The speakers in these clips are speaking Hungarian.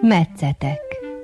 Metszetek.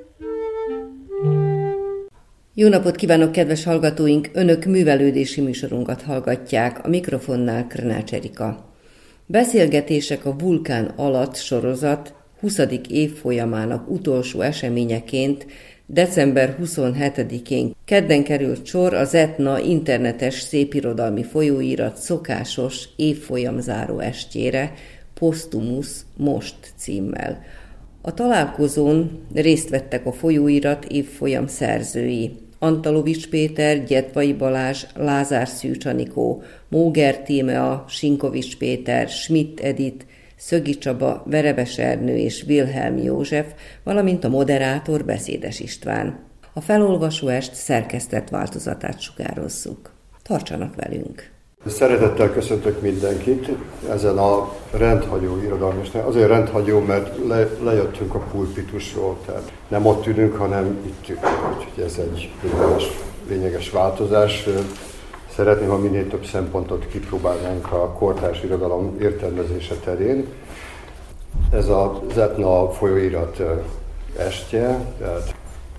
Jó napot kívánok, kedves hallgatóink! Önök művelődési műsorunkat hallgatják, a mikrofonnál Krnács Erika. Beszélgetések a Vulkán alatt sorozat 20. évfolyamának utolsó eseményeként december 27-én kedden került sor az Etna internetes szépirodalmi folyóirat szokásos évfolyamzáró estjére, Posztumusz Most címmel. A találkozón részt vettek a folyóirat évfolyam szerzői: Antalovics Péter, Gyetvai Balázs, Lázár Szűcs Anikó, Móger Tímea, Sinkovics Péter, Schmidt Edith, Szögi Csaba, Verebes Ernő és Wilhelm József, valamint a moderátor Beszédes István. A felolvasóest szerkesztett változatát sugározzuk. Tartsanak velünk! Szeretettel köszöntök mindenkit ezen a rendhagyó irodalmi esten. Azért rendhagyó, mert lejöttünk a pulpitusról, tehát nem ott ülünk, hanem itt ülünk. Úgyhogy ez egy lényeges változás. Szeretném, ha minél több szempontot kipróbálnánk a kortárs irodalom értelmezése terén. Ez az Etna folyóirat estje, tehát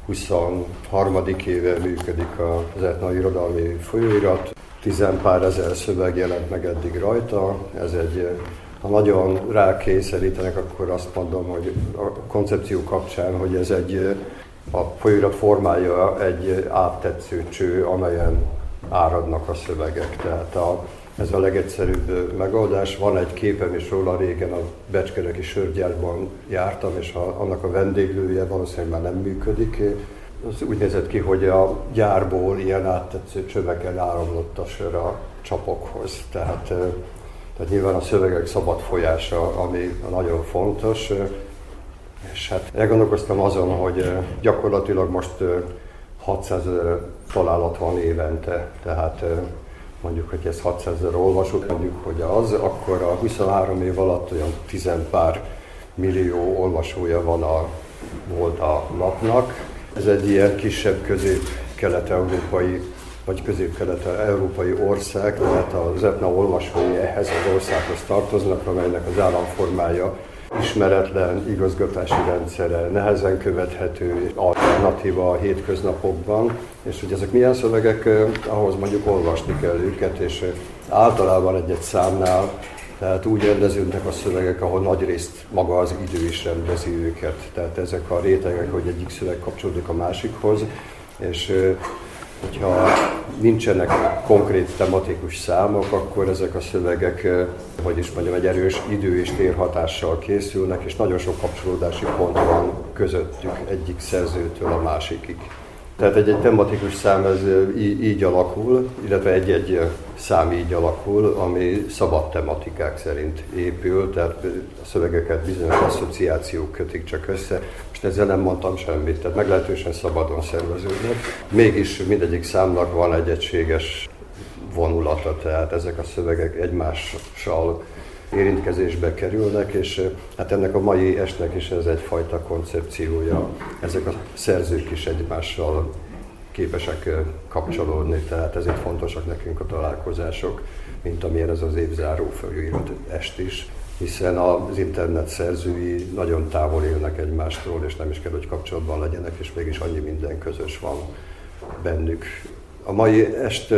23. éve működik az Etna irodalmi folyóirat. 10 pár ezer szöveg jelent meg eddig rajta. Ez ha nagyon rákényszerítenek, akkor azt mondom, hogy a koncepció kapcsán, hogy ez a folyóirat formája egy áttetsző cső, amelyen áradnak a szövegek. Tehát ez a legegyszerűbb megoldás. Van egy képem is róla, régen a becskereki sörgyárban jártam, és annak a vendéglője valószínűleg már nem működik. Az úgy nézett ki, hogy a gyárból ilyen áttetsző csöveken áramlott a sör a csapokhoz. Tehát nyilván a szövegek szabad folyása, ami nagyon fontos. És hát elgondolkoztam azon, hogy gyakorlatilag most 600 000 találat van évente. Tehát mondjuk, hogy ez 600 000 olvasók, mondjuk, hogy akkor a 23 év alatt olyan 10 pár millió olvasója volt a lapnak. Ez egy ilyen kisebb közép-kelet-európai vagy közép-kelet-európai ország, tehát az Etna olvasói ehhez az országhoz tartoznak, amelynek az államformája ismeretlen, igazgatási rendszere, nehezen követhető, alternatíva a hétköznapokban, és hogy ezek milyen szövegek, ahhoz mondjuk olvasni kell őket, és általában egy-egy számnál, tehát úgy rendeződnek a szövegek, ahol nagyrészt maga az idő is rendezi őket. Tehát ezek a rétegek, hogy egyik szöveg kapcsolódik a másikhoz, és hogyha nincsenek konkrét tematikus számok, akkor ezek a szövegek, egy erős idő- és térhatással készülnek, és nagyon sok kapcsolódási pont van közöttük egyik szerzőtől a másikig. Tehát egy tematikus szám ez így alakul, illetve egy-egy szám így alakul, ami szabad tematikák szerint épül, tehát a szövegeket bizonyos asszociációk kötik csak össze. Most ezzel nem mondtam semmit, tehát meglehetősen szabadon szerveződnek. Mégis mindegyik számnak van egy egységes vonulata, tehát ezek a szövegek egymással érintkezésbe kerülnek, és hát ennek a mai estnek is ez egyfajta koncepciója. Ezek a szerzők is egymással képesek kapcsolódni, tehát ezért fontosak nekünk a találkozások, mint amilyen ez az évzáró folyóirat est is, hiszen az internet szerzői nagyon távol élnek egymástól, és nem is kell, hogy kapcsolatban legyenek, és mégis annyi minden közös van bennük. A mai est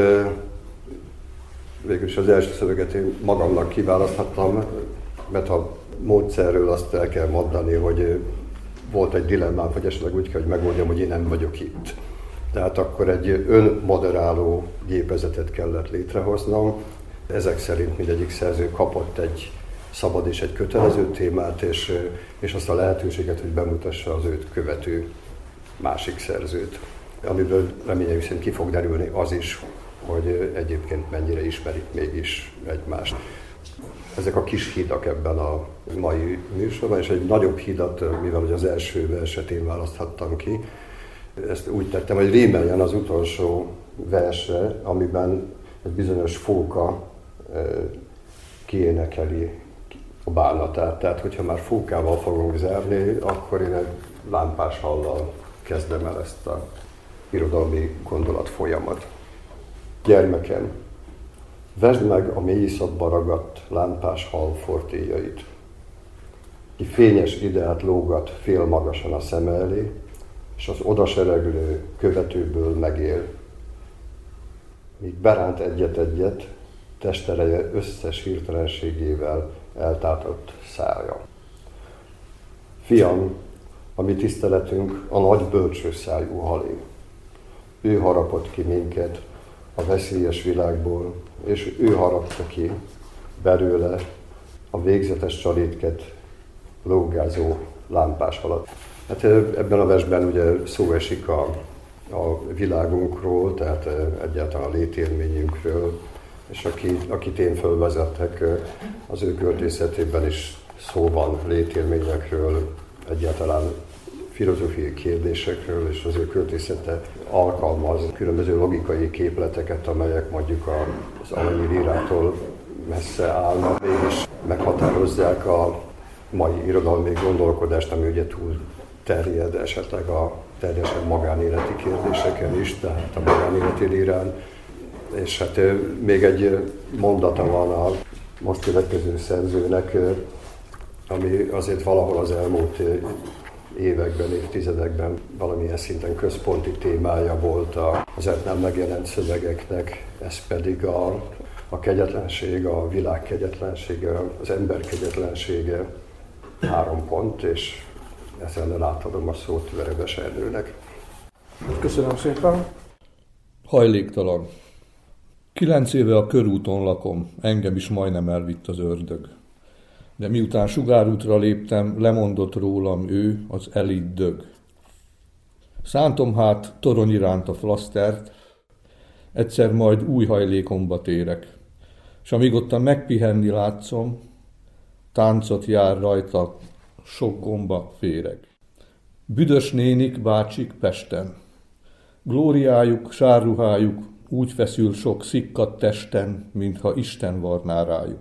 végül is az első szöveget én magamnak kiválaszthattam, mert a módszerről azt el kell mondani, hogy volt egy dilemmám, hogy esetleg úgy kell, hogy megoldjam, hogy én nem vagyok itt. Tehát akkor egy önmoderáló gépezetet kellett létrehoznom. Ezek szerint mindegyik szerző kapott egy szabad és egy kötelező témát, és azt a lehetőséget, hogy bemutassa az őt követő másik szerzőt. Amiből reményeim szerint ki fog derülni az is, hogy egyébként mennyire ismerik mégis egymást. Ezek a kis hidak ebben a mai műsorban, és egy nagyobb hidat, mivel az első verset én választhattam ki, ezt úgy tettem, hogy rímeljen az utolsó verse, amiben egy bizonyos fóka kiénekeli a bánatát. Tehát, hogyha már fókával fogunk zárni, akkor én egy lámpás hallal kezdem el ezt a irodalmi gondolatfolyamat. Gyermekem, vesd meg a mély iszapba ragadt lámpás hal fortélyait. ki fényes ideát lógat félmagasan a szeme elé, és az odasereglő követőből megél. Míg beránt egyet-egyet, testereje összes hirtelenségével eltátott szája. Fiam, a mi tiszteletünk a nagy bölcsőszájú halé. Ő harapott ki minket a veszélyes világból, és ő harapta ki belőle a végzetes csalétket lógázó lámpás alatt. Hát ebben a versben ugye szó esik a világunkról, tehát egyáltalán a létélményünkről, és akit én fölvezettek, az ő költészetében is szó van létélményekről, egyáltalán filozófiai kérdésekről, és az ő költészete alkalmaz különböző logikai képleteket, amelyek mondjuk az alanyi lírától messze állnak, mégis meghatározzák a mai irodalmi gondolkodást, ami ugye túl terjed esetleg a teljesen magánéleti kérdéseken is, tehát a magánéleti lírán. És hát még egy mondata van a most következő szerzőnek, ami azért valahol az elmúlt években, évtizedekben valamilyen szinten központi témája volt az nem megjelent szövegeknek, ez pedig a kegyetlenség, a világ kegyetlensége, az ember kegyetlensége, 3 pont, és ezzel átadom a szót Verebes Ernőnek. Köszönöm szépen. Hajléktalan. 9 éve a körúton lakom, engem is majdnem elvitt az ördög. De miután sugárútra léptem, lemondott rólam ő, az elit dög. Szántom hát torony iránt a flasztert, egyszer majd új hajlékomba térek, s amíg ottan megpihenni látszom, táncot jár rajta, sok gomba féreg. Büdös nénik, bácsik Pesten, glóriájuk, sárruhájuk úgy feszül sok szikkadt testen, mintha Isten varná rájuk.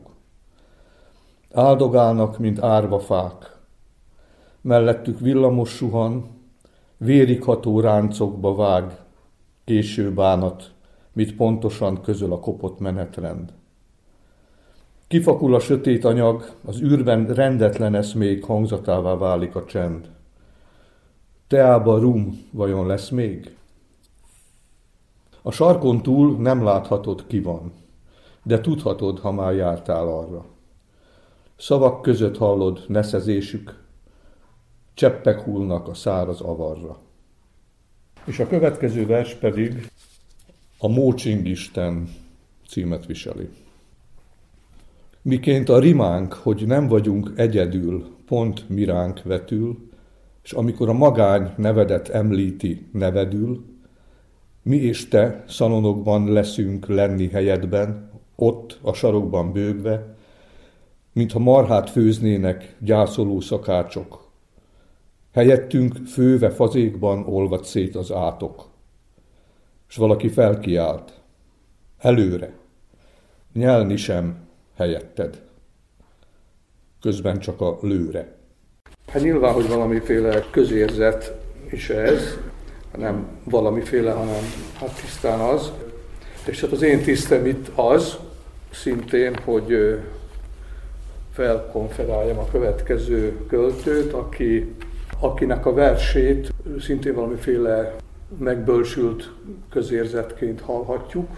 Áldogálnak, mint árvafák, mellettük villamos suhan, vérigható ráncokba vág, késő bánat, mit pontosan közöl a kopott menetrend. Kifakul a sötét anyag, az űrben rendetlen eszmék hangzatává válik a csend. Teába rum vajon lesz még? A sarkon túl nem láthatod, ki van, de tudhatod, ha már jártál arra. Szavak között hallod neszezésük, cseppek hullnak a száraz avarra. És a következő vers pedig a Mócsingisten címet viseli. Miként a rimánk, hogy nem vagyunk egyedül, pont miránk vetül, és amikor a magány nevedet említi, nevedül, mi és te szalonokban leszünk lenni helyedben, ott a sarokban bőgve, mintha marhát főznének gyászoló szakácsok. Helyettünk főve fazékban olvad szét az átok. S valaki felkiált. Előre. Nyelni sem helyetted. Közben csak a lőre. Hát nyilván, hogy valamiféle közérzet is ez, nem valamiféle, hanem hát tisztán az. És hát az én tisztem itt az, szintén, hogy felkonferáljam a következő költőt, akinek a versét szintén valamiféle megbölcsült közérzetként hallhatjuk.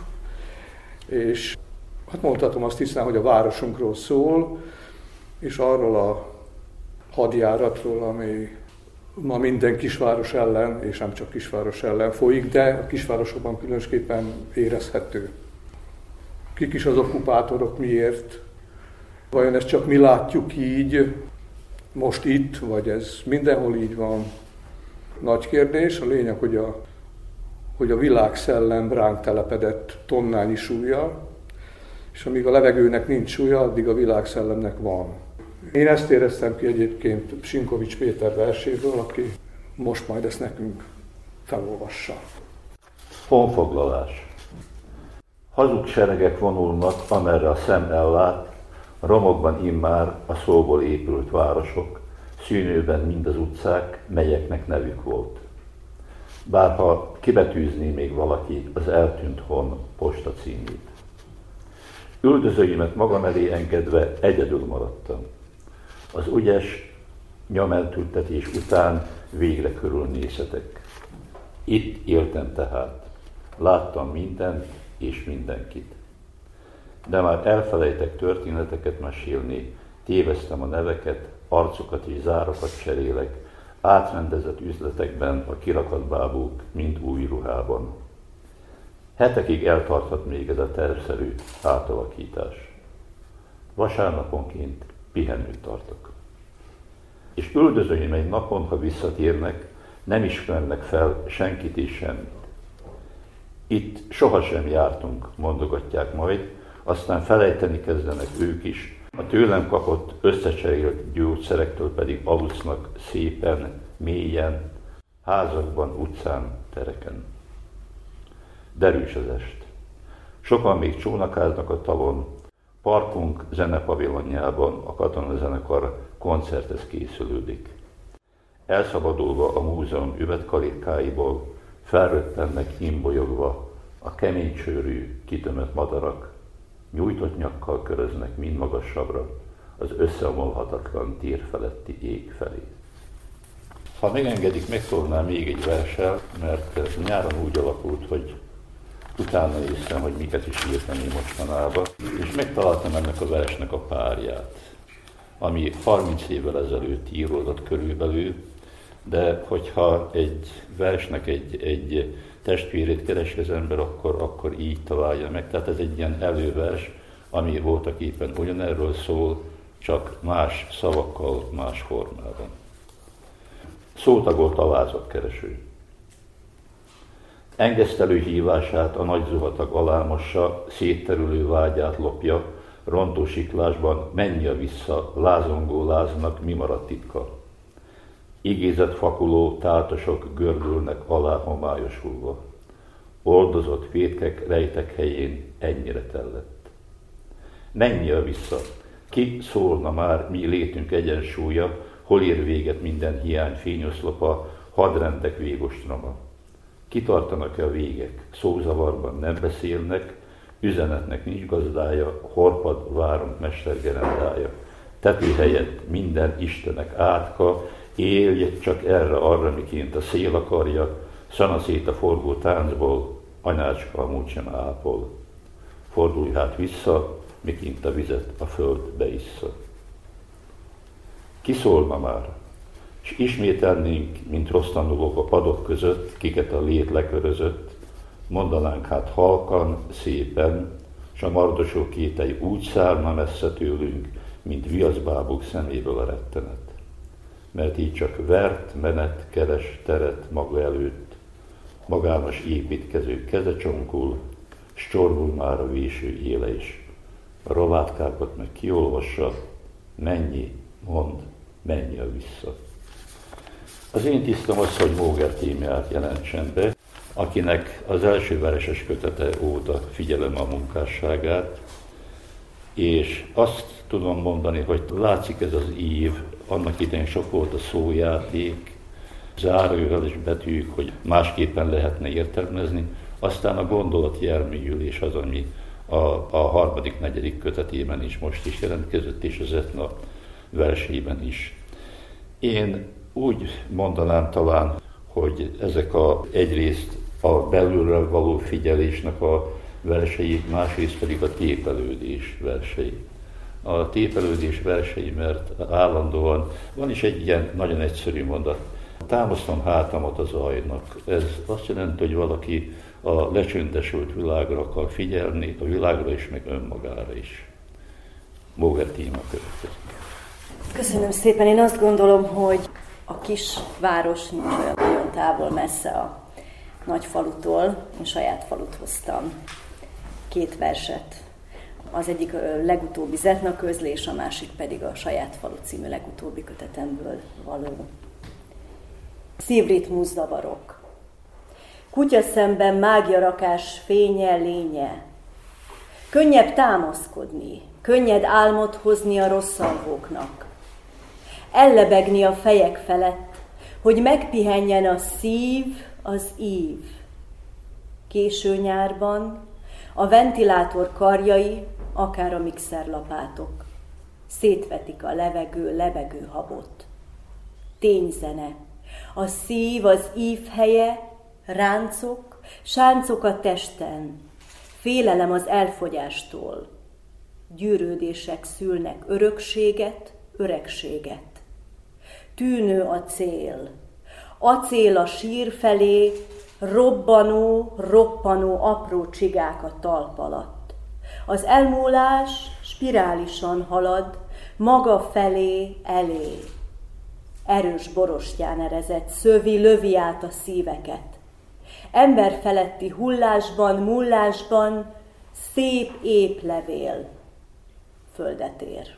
És hát mondhatom azt hiszem, hogy a városunkról szól, és arról a hadjáratról, ami ma minden kisváros ellen, és nem csak kisváros ellen folyik, de a kisvárosokban különösképpen érezhető. Kik is az okkupátorok, miért? Vajon ezt csak mi látjuk így, most itt, vagy ez mindenhol így van? Nagy kérdés. A lényeg, hogy a világszellem ránk telepedett tonnányi súllyal, és amíg a levegőnek nincs súlya, addig a világszellemnek van. Én ezt éreztem ki egyébként Sinkovics Péter verséből, aki most majd ezt nekünk felolvassa. Honfoglalás. Hazug seregek vonulnak, amerre a szem ellát, a romokban immár a szóból épült városok, szűnőben mind az utcák, melyeknek nevük volt. Bárha kibetűzné még valaki az eltűnt hon posta címét. Üldözőimet magam elé engedve egyedül maradtam. Az ügyes, nyameltültetés után végre körülnézhetek. Itt éltem tehát, láttam mindent és mindenkit. De már elfelejtek történeteket mesélni, téveztem a neveket, arcokat és zárakat cserélek, átrendezett üzletekben a kirakat bábúk mind új ruhában. Hetekig eltarthat még ez a tervszerű átalakítás. Vasárnaponként pihenőt tartok. És üldözőim egy napon, ha visszatérnek, nem ismernek fel senkit és semmit. Itt sohasem jártunk, mondogatják majd, aztán felejteni kezdenek ők is, a tőlem kapott összecserélt gyógyszerektől pedig alusznak szépen, mélyen, házakban, utcán, tereken. Derűs az est. Sokan még csónakáznak a tavon, parkunk zenepavilonjában a katonazenekar koncerthez készülődik. Elszabadulva a múzeum üvetkalitkáiból, felröppennek imbolyogva a kemény csőrű, kitömött madarak, nyújtott nyakkal köröznek mind magasabbra, az összeomolhatatlan tér feletti ég felé. Ha megengedik, megszólnám még egy verssel, mert nyáron úgy alakult, hogy utána néztem, hogy miket is írtam én mostanában, és megtaláltam ennek a versnek a párját, ami 30 évvel ezelőtt íródott körülbelül, de hogyha egy versnek egy testvérét keresi az ember, akkor így találja meg. Tehát ez egy ilyen elővers, ami voltak éppen ugyanerről szól, csak más szavakkal, más formában. Szótagolt a vázatkereső. Engesztelő hívását a nagy zuhatag alámossa, szétterülő vágyát lopja, rontó siklásban menje vissza, lázongó láznak mi maradt titka. Igézett fakuló táltosok gördülnek alá homályosulva. Oldozott fétkek rejtek helyén ennyire tellett. Menjél vissza, ki szólna már mi létünk egyensúlya, hol ér véget minden hiány fényoszlopa, hadrendek végostroma. Kitartanak-e a végek, szózavarban nem beszélnek, üzenetnek nincs gazdája, horpad várunk mestergerendája. Tető helyett minden istenek átka, élj csak erre-arra, miként a szél akarja, szanaszét a forgó táncból, anyácska amúgy sem ápol. Fordulj hát vissza, miként a vizet a föld beissza. Kiszólna már, s ismételnénk, mint rossz tanulók a padok között, kiket a lét lekörözött, mondanánk hát halkan, szépen, s a mardosó kétely úgy szállna messze tőlünk, mint viaszbábuk szeméből a rettenet. Mert így csak vert, menet, keres teret maga előtt, magálmas építkező keze csonkul, s csorbul már a véső éle is. A rovátkákat meg kiolvassa, mennyi, mond, menj vissza. Az én tisztem az, hogy Móger Tímeát jelentsen be, akinek az első vereses kötete óta figyelem a munkásságát, és azt tudom mondani, hogy látszik ez az ív, annak idején sok volt a szójáték, zárójeles betűk, hogy másképpen lehetne értelmezni, aztán a gondolatjelműülés az, ami a harmadik, negyedik kötetében is most is jelentkezett, és az Etna versében is. Én úgy mondanám talán, hogy ezek egyrészt a belülről való figyelésnek a versei, másrészt pedig a tépelődés versei. A tépelődés versei, mert állandóan van is egy ilyen nagyon egyszerű mondat. Támasztom hátamat a zajnak. Ez azt jelenti, hogy valaki a lecsöndesült világra akar figyelni, a világra is, meg önmagára is. Móger Tímea következik. Köszönöm szépen. Én azt gondolom, hogy a kis város nincs olyan nagyon távol messze a nagy falutól. Én saját falut hoztam. 2 verset. Az egyik legutóbbi Zetna közlés, a másik pedig a Saját falu című legutóbbi kötetemből való. Szívritmus zavarok. Kutyaszemben mágiarakás fénye, lénye. Könnyebb támaszkodni, könnyed álmot hozni a rosszalvóknak. Ellebegni a fejek felett, hogy megpihenjen a szív, az ív. Késő nyárban a ventilátor karjai, akár a mixerlapátok, szétvetik a levegő lebegő habot. tényzene. A szív az ív helye, ráncok, sáncok a testen, félelem az elfogyástól. Gyűrődések szülnek örökséget, öregséget. Tűnő a cél, acél a sír felé, roppanó apró csigák a talp alatt. Az elmúlás spirálisan halad, maga felé, elé. Erős borostyán erezett, lövi át a szíveket. Ember feletti hullásban, mullásban szép ép levél földet ér.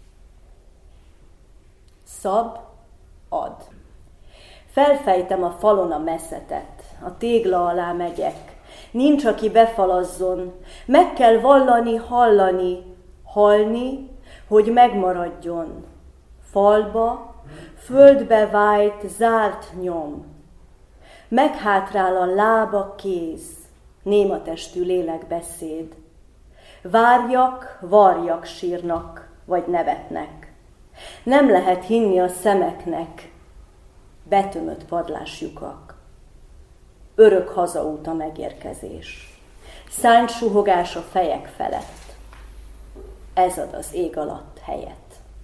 Szab, ad. Felfejtem a falon a messzetet, a tégla alá megyek. Nincs, aki befalazzon, meg kell vallani, hallani, halni, hogy megmaradjon. Falba, földbe vájt, zárt nyom. Meghátrál a lába, kéz, nématestű lélekbeszéd. Varjak sírnak, vagy nevetnek. Nem lehet hinni a szemeknek, betömött padláslyukak. Örök hazaút a megérkezés. Szánt suhogás a fejek felett. Ez ad az ég alatt helyet.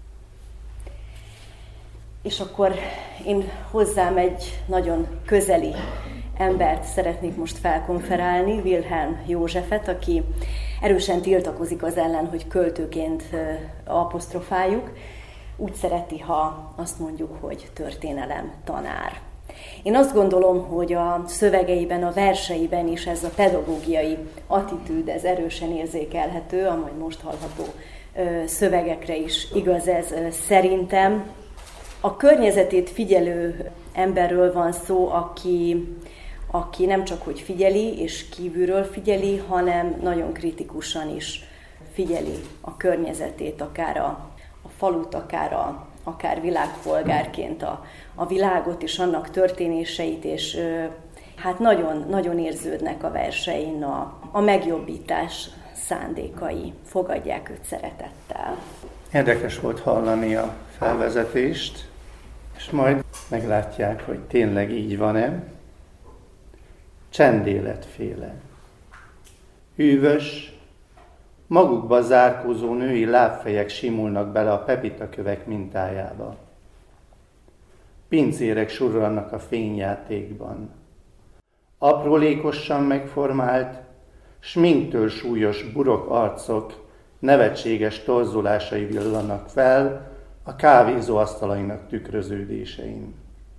És akkor én hozzám egy nagyon közeli embert szeretnék most felkonferálni, Wilhelm Józsefet, aki erősen tiltakozik az ellen, hogy költőként apostrofáljuk. Úgy szereti, ha azt mondjuk, hogy történelem tanár. Én azt gondolom, hogy a szövegeiben, a verseiben is ez a pedagógiai attitűd, ez erősen érzékelhető, a majd most hallható szövegekre is igaz ez szerintem. A környezetét figyelő emberről van szó, aki nem csak hogy figyeli és kívülről figyeli, hanem nagyon kritikusan is figyeli a környezetét, akár a falut, akár világpolgárként a világot és annak történéseit, és hát nagyon, nagyon érződnek a versein a megjobbítás szándékai. Fogadják őt szeretettel. Érdekes volt hallani a felvezetést, és majd meglátják, hogy tényleg így van-e. Csendéletféle. Hűvös, magukba zárkózó női lábfejek simulnak bele a pepitakövek mintájába. Pincérek surrannak a fényjátékban. Aprólékosan megformált, sminktől súlyos burok arcok nevetséges torzulásai villanak fel a kávézó asztalainak tükröződésein.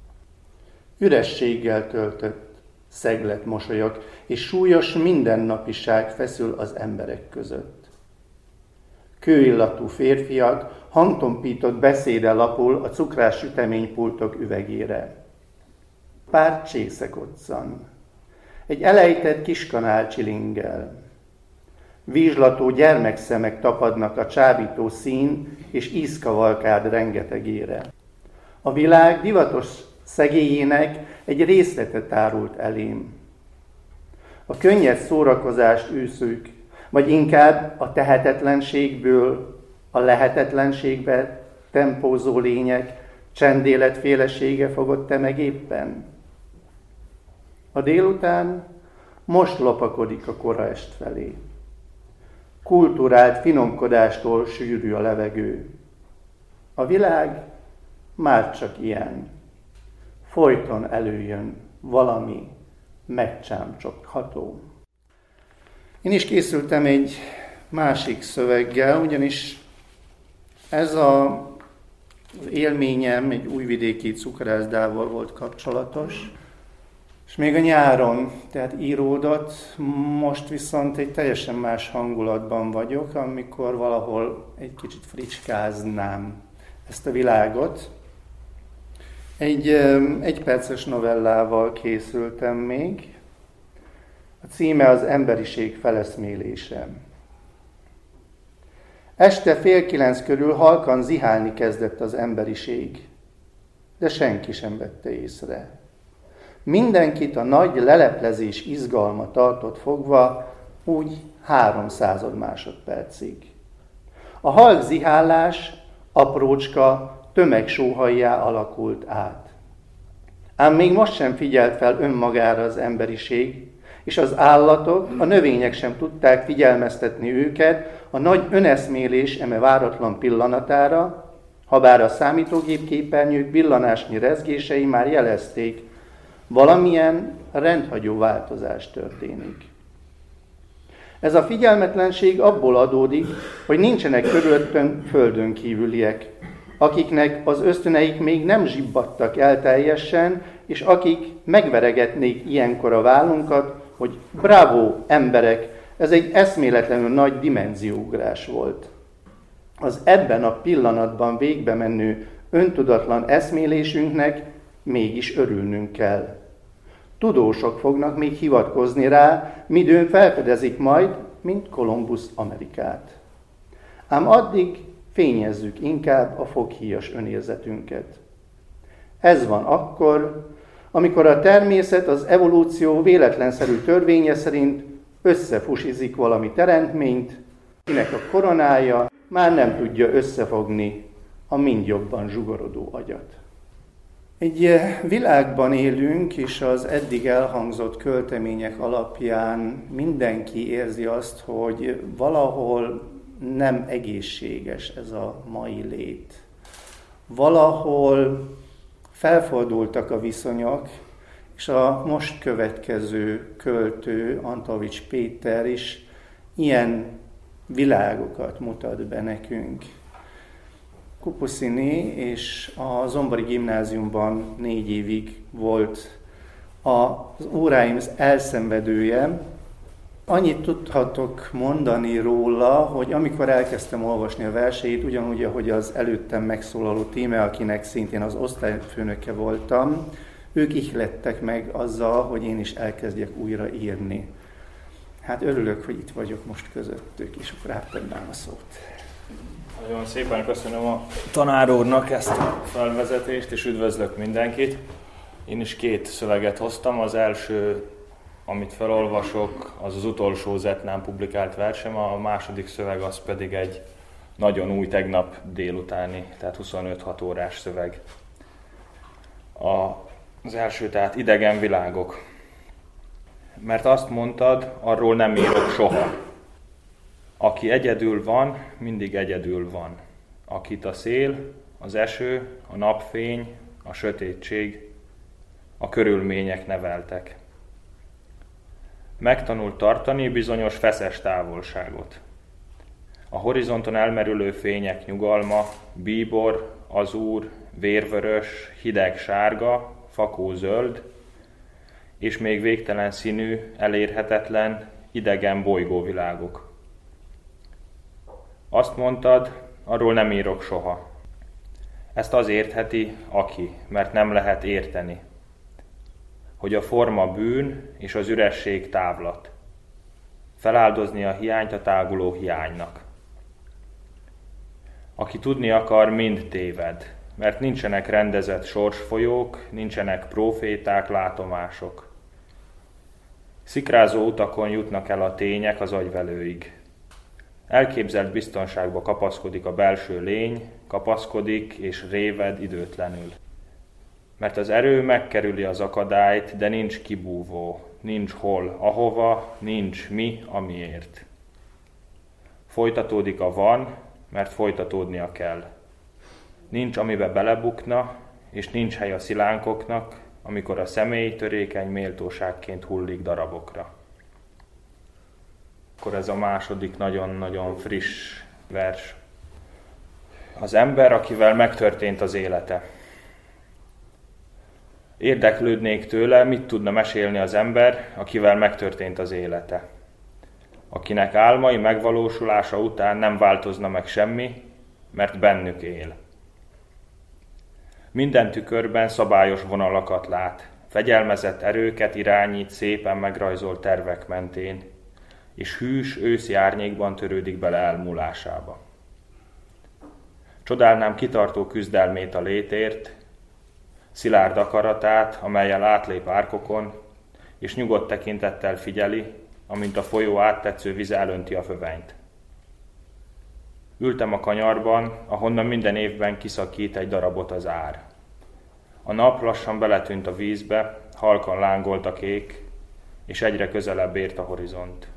Ürességgel töltött szeglet mosolyok és súlyos mindennapiság feszül az emberek között. Kőillatú férfiak hangtompított beszéddel lapul a cukrás süteménypultok üvegére. Pár csésze koccan. Egy elejtett kiskanál csilingel. Vízslató gyermekszemek tapadnak a csábító szín és ízkavalkád rengetegére. A világ divatos szegélyének egy részletet árult elém. A könnyed szórakozást űszük, vagy inkább a tehetetlenségből a lehetetlenségbe tempózó lények csendéletfélesége fogott-e meg éppen? A délután most lopakodik a koraest felé. Kulturált finomkodástól sűrű a levegő. A világ már csak ilyen. Folyton előjön valami megcsámcsogható. Én is készültem egy másik szöveggel, ugyanis ez az élményem egy újvidéki cukrászdával volt kapcsolatos, és még a nyáron, tehát íródott, most viszont egy teljesen más hangulatban vagyok, amikor valahol egy kicsit fricskáznám ezt a világot. Egy egyperces novellával készültem még. A címe az Emberiség feleszmélése. Este 8:30 körül halkan zihálni kezdett az emberiség, de senki sem vette észre. Mindenkit a nagy leleplezés izgalma tartott fogva, úgy 300 másodpercig. A halk zihálás aprócska, tömegsóhajjá alakult át. Ám még most sem figyelt fel önmagára az emberiség, és az állatok, a növények sem tudták figyelmeztetni őket a nagy öneszmélés eme váratlan pillanatára, habár a számítógép képernyők villanásnyi rezgései már jelezték, valamilyen rendhagyó változás történik. Ez a figyelmetlenség abból adódik, hogy nincsenek körülöttünk földön kívüliek, akiknek az ösztöneik még nem zsibbadtak el teljesen, és akik megveregetnék ilyenkor a vállunkat, hogy bravo, emberek, ez egy eszméletlenül nagy dimenzióugrás volt. Az ebben a pillanatban végbe menő öntudatlan eszmélésünknek mégis örülnünk kell. Tudósok fognak még hivatkozni rá, midőn felfedezik majd, mint Kolumbusz Amerikát. Ám addig fényezzük inkább a foghíjas önérzetünket. Ez van akkor, amikor a természet az evolúció véletlenszerű törvénye szerint összefusizik valami teremtményt, kinek a koronája már nem tudja összefogni a mind jobban zsugorodó agyat. Egy világban élünk, és az eddig elhangzott költemények alapján mindenki érzi azt, hogy valahol nem egészséges ez a mai lét. Valahol felfordultak a viszonyok, és a most következő költő, Antalvics Péter is ilyen világokat mutat be nekünk. Kupuszini és a Zombori Gimnáziumban 4 évig volt az óráim elszenvedője. Annyit tudhatok mondani róla, hogy amikor elkezdtem olvasni a verseit, ugyanúgy, ahogy az előttem megszólaló Tíme, akinek szintén az osztályfőnöke voltam, ők ihlettek meg azzal, hogy én is elkezdjek újra írni. Hát örülök, hogy itt vagyok most közöttük, és akkor átadnám a szót. Nagyon szépen köszönöm a tanár úrnak ezt a felvezetést, és üdvözlök mindenkit. Én is 2 szöveget hoztam. Az első, amit felolvasok, az az utolsó Zetnán publikált versem, a második szöveg az pedig egy nagyon új, tegnap délutáni, tehát 25-6 órás szöveg. Az első, tehát idegen világok. Mert azt mondtad, arról nem írok soha. Aki egyedül van, mindig egyedül van. Akit a szél, az eső, a napfény, a sötétség, a körülmények neveltek. Megtanult tartani bizonyos feszes távolságot. A horizonton elmerülő fények nyugalma, bíbor, azúr, vérvörös, hideg sárga, fakó zöld, és még végtelen színű, elérhetetlen, idegen bolygóvilágok. Azt mondtad, arról nem írok soha. Ezt az értheti, aki, mert nem lehet érteni. Hogy a forma bűn és az üresség távlat. Feláldozni a hiányt a táguló hiánynak. Aki tudni akar, mind téved, mert nincsenek rendezett sorsfolyók, nincsenek próféták, látomások. Szikrázó utakon jutnak el a tények az agyvelőig. Elképzelt biztonságba kapaszkodik a belső lény, kapaszkodik és réved időtlenül. Mert az erő megkerüli az akadályt, de nincs kibúvó, nincs hol, ahova, nincs mi, amiért. Folytatódik a van, mert folytatódnia kell. Nincs, amibe belebukna, és nincs hely a szilánkoknak, amikor a személy törékeny méltóságként hullik darabokra. Akkor ez a második nagyon-nagyon friss vers. Az ember, akivel megtörtént az élete. Érdeklődnék tőle, mit tudna mesélni az ember, akivel megtörtént az élete. Akinek álmai megvalósulása után nem változna meg semmi, mert bennük él. Minden tükörben szabályos vonalakat lát, fegyelmezett erőket irányít szépen megrajzolt tervek mentén, és hűs őszi árnyékban törődik bele elmúlásába. Csodálnám kitartó küzdelmét a létért, szilárd akaratát, amellyel átlép árkokon, és nyugodt tekintettel figyeli, amint a folyó áttetsző vize elönti a fövenyt. Ültem a kanyarban, ahonnan minden évben kiszakít egy darabot az ár. A nap lassan beletűnt a vízbe, halkan lángolt a kék, és egyre közelebb ért a horizont.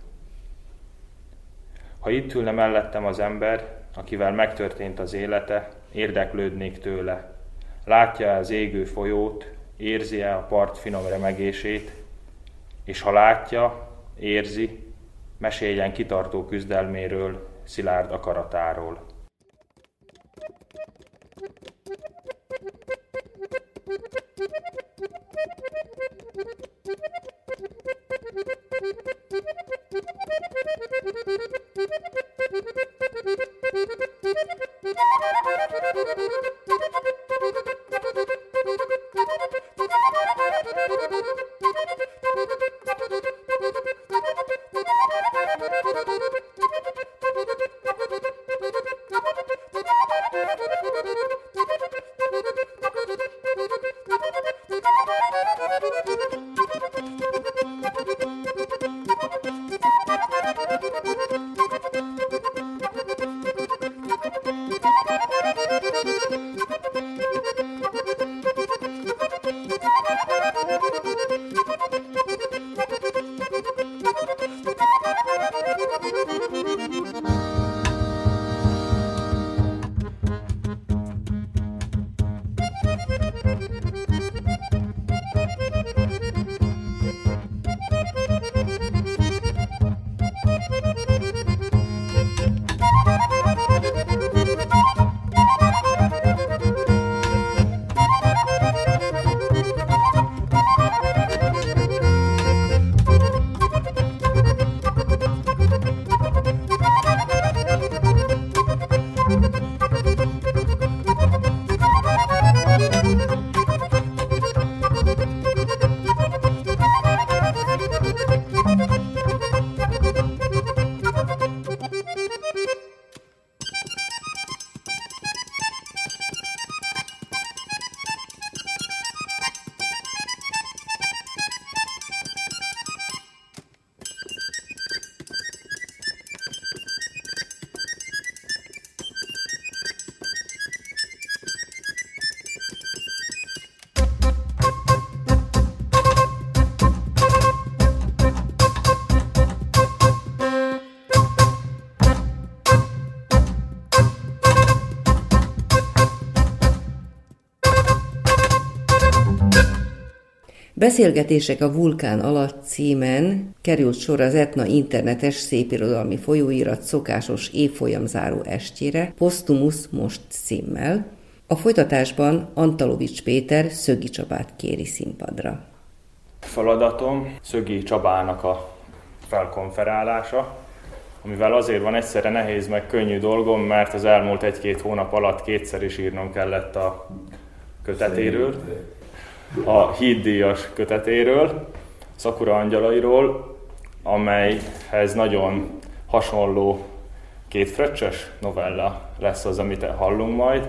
Ha itt ülne mellettem az ember, akivel megtörtént az élete, érdeklődnék tőle. Látja-e az égő folyót, érzi-e a part finom remegését, és ha látja, érzi, meséljen kitartó küzdelméről, szilárd akaratáról. Beszélgetések a vulkán alatt címen került sor az Etna internetes szépirodalmi folyóirat szokásos évfolyamzáró estjére, Posztumusz most címmel. A folytatásban Antalovics Péter Szögi Csabát kéri színpadra. Feladatom Szögi Csabának a felkonferálása, amivel azért van egyszerre nehéz meg könnyű dolgom, mert az elmúlt 1-2 hónap alatt kétszer is írnom kellett a kötetéről, a híddíjas kötetéről, Szakura angyalairól, amelyhez nagyon hasonló kétfröccsös novella lesz az, amit hallunk majd.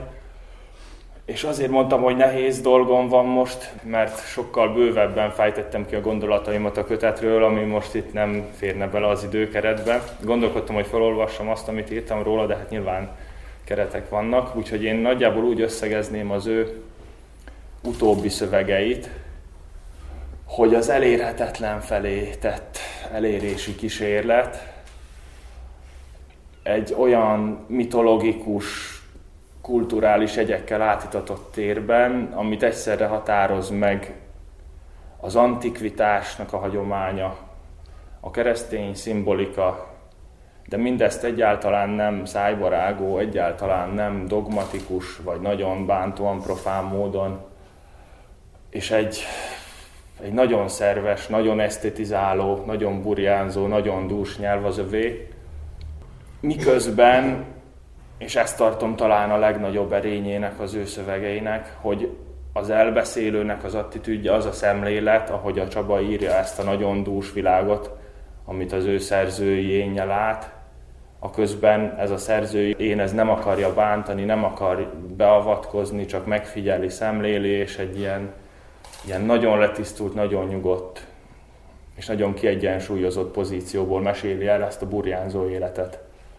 És azért mondtam, hogy nehéz dolgom van most, mert sokkal bővebben fejtettem ki a gondolataimat a kötetről, ami most itt nem férne bele az időkeretbe. Gondolkodtam, hogy felolvassam azt, amit írtam róla, de hát nyilván keretek vannak, úgyhogy én nagyjából úgy összegezném az ő utóbbi szövegeit, hogy az elérhetetlen felé tett elérési kísérlet egy olyan mitológikus, kulturális jegyekkel átitatott térben, amit egyszerre határoz meg az antikvitásnak a hagyománya, a keresztény szimbolika, de mindezt egyáltalán nem szájbarágó, egyáltalán nem dogmatikus, vagy nagyon bántóan profán módon, és egy nagyon szerves, nagyon esztetizáló, nagyon burjánzó, nagyon dús nyelv az övé, miközben, és ezt tartom talán a legnagyobb erényének az ő szövegeinek, hogy az elbeszélőnek az attitűdje, az a szemlélet, ahogy a Csaba írja ezt a nagyon dús világot, amit az ő szerzői énje lát, a közben ez a szerzői én ez nem akarja bántani, nem akar beavatkozni, csak megfigyeli, szemléli, és egy ilyen nagyon letisztult, nagyon nyugodt és nagyon kiegyensúlyozott pozícióból meséli el ezt a burjánzó életet.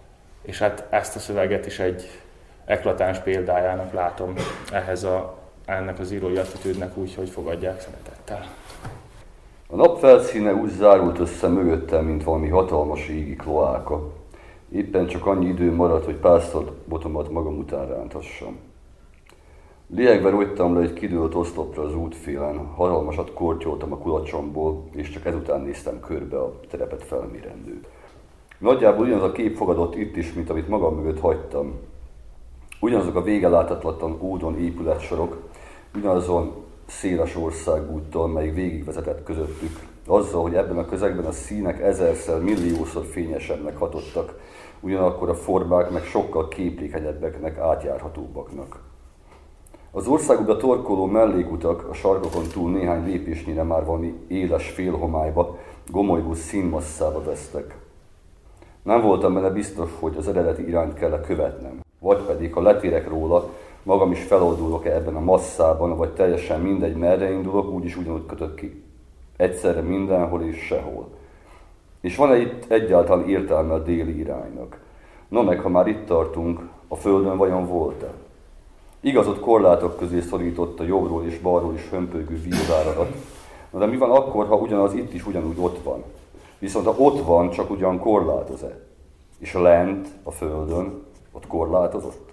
És hát ezt a szöveget is egy eklatáns példájának látom ennek az írói attitűdnek úgy, hogy fogadják szeretettel. A nap felszíne úgy zárult össze mögöttem, mint valami hatalmas égi kloáka. Éppen csak annyi idő maradt, hogy pásztorbotomat magam után rántassam. Liegve rogytam le egy kidőlt oszlopra az útfélen, hatalmasat kortyoltam a kulacsomból, és csak ezután néztem körbe a terepet felmérendő. Nagyjából ugyanaz a kép fogadott itt is, mint amit magam mögött hagytam. Ugyanazok a vége láthatatlan ódon épületsorok, ugyanazon széles országúttal, melyik végigvezetett közöttük, azzal, hogy ebben a közegben a színek ezerszer, milliószor fényesebbnek hatottak, ugyanakkor a formák meg sokkal képlékenyebbeknek, átjárhatóbbaknak. Az országokba torkoló mellékutak a sarkokon túl néhány lépésnyire már valami éles félhomályba, gomolygó színmasszába vesztek. Nem voltam benne biztos, hogy az eredeti irányt kell követnem, vagy pedig, ha letérek róla, magam is feloldulok-e ebben a masszában, vagy teljesen mindegy, merre indulok, úgyis ugyanúgy kötök ki. Egyszerre mindenhol és sehol. És van-e itt egyáltalán értelme a déli iránynak? No meg, ha már itt tartunk, a Földön vajon volt-e? Igaz, ott korlátok közé szorított a jobbról és balról is hömpölygő vízáradat. De mi van akkor, ha ugyanaz itt is ugyanúgy ott van? Viszont ha ott van, csak ugyan korlátoz-e? És lent, a Földön, ott korlátozott?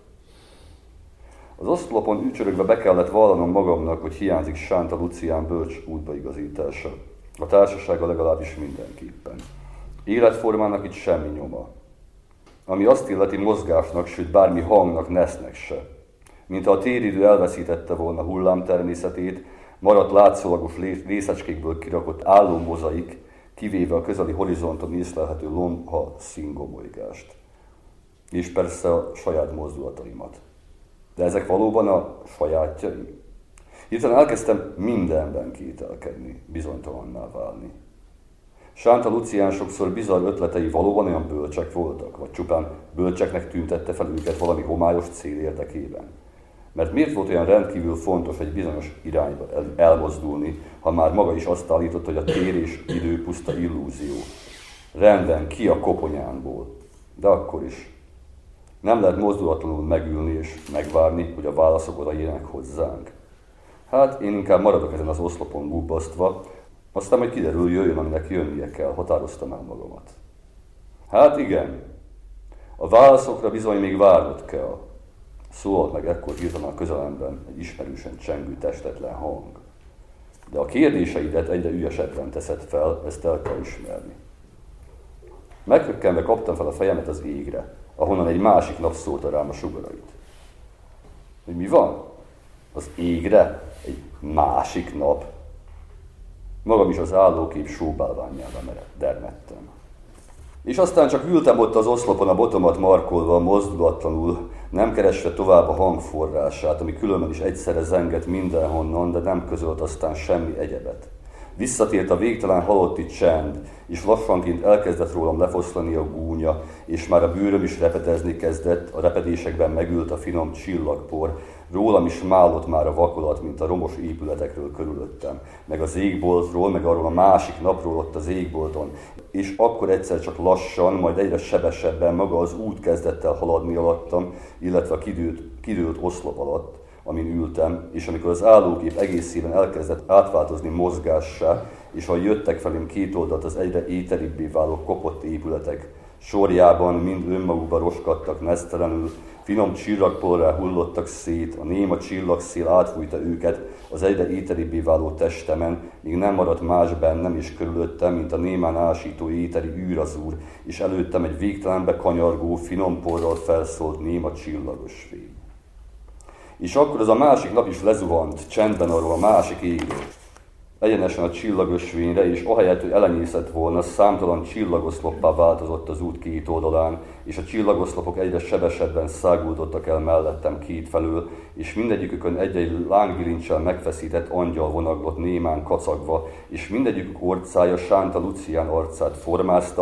Az oszlopon ücsörögve be kellett vallanom magamnak, hogy hiányzik Sánta Lucián bölcs útbaigazítása. A társasága legalábbis mindenképpen. Életformának itt semmi nyoma. Ami azt illeti mozgásnak, sőt bármi hangnak, nesznek se. Mintha a téridő elveszítette volna hullámtermészetét, maradt látszólagos részecskékből kirakott álló mozaik, kivéve a közeli horizonton észlelhető lomha színgomolygást. És persze a saját mozdulataimat. De ezek valóban a sajátjaim? Hirtelen elkezdtem mindenben kételkedni, bizonytalanná válni. Sánta Lucián sokszor bizarr ötletei valóban olyan bölcsek voltak, vagy csupán bölcseknek tüntette fel őket valami homályos cél érdekében. Mert miért volt olyan rendkívül fontos egy bizonyos irányba elmozdulni, ha már maga is azt állított, hogy a tér és idő puszta illúzió. Rendben, ki a koponyámból. De akkor is. Nem lehet mozdulatlanul megülni és megvárni, hogy a válaszok odaérjenek hozzánk. Hát én inkább maradok ezen az oszlopon gubbasztva, aztán majd kiderül, jöjjön, aminek jönnie kell, határoztam el magamat. Hát igen, a válaszokra bizony még várnod kell. Szólalt meg ekkor hirtelen a közelemben egy ismerősen csengő testetlen hang. De a kérdéseidet egyre ügyesebben teszed fel, ezt el kell ismerni. Meghökkenve kaptam fel a fejemet az égre, ahonnan egy másik nap szórta rám a sugarait. Hogy mi van? Az égre? Egy másik nap? Magam is az állókép sóbálványába dermedtem. És aztán csak ültem ott az oszlopon a botomat markolva, mozdulatlanul, nem keresve tovább a hangforrását, ami különben is egyszerre zengett mindenhonnan, de nem közölt aztán semmi egyebet. Visszatért a végtelen halotti csend, és lassanként elkezdett rólam lefoszlani a gúnya, és már a bőröm is repetezni kezdett, a repedésekben megült a finom csillagpor, rólam is málott már a vakolat, mint a romos épületekről körülöttem, meg az égboltról, meg arról a másik napról ott az égbolton, és akkor egyszer csak lassan, majd egyre sebesebben maga az út kezdett el haladni alattam, illetve a kidőlt oszlop alatt, amin ültem, és amikor az állókép egészében elkezdett átváltozni mozgássá, és ahogy jöttek felém két oldalt az egyre éteribbé váló kopott épületek, sorjában mind önmagukba roskadtak nesztelenül, finom csillagporrá hullottak szét, a néma csillagszél átfújta őket az egyre éteribbé váló testemen, míg nem maradt más bennem és körülöttem, mint a némán ásító éteri űrazúr, és előttem egy végtelenbe kanyargó, finom porral felszólt néma csillagos fény. És akkor az a másik nap is lezuhant, csendben arról a másik égről, egyenesen a csillagösvényre, és ahelyett, hogy elenyészett volna, számtalan csillagoszloppá változott az út két oldalán, és a csillagoszlopok egyre sebesebben száguldottak el mellettem két felől, és mindegyikükön egy-egy lángvilincsel megfeszített angyal vonaglott némán kacagva, és mindegyikük orcája Sánta Lucián arcát formázta,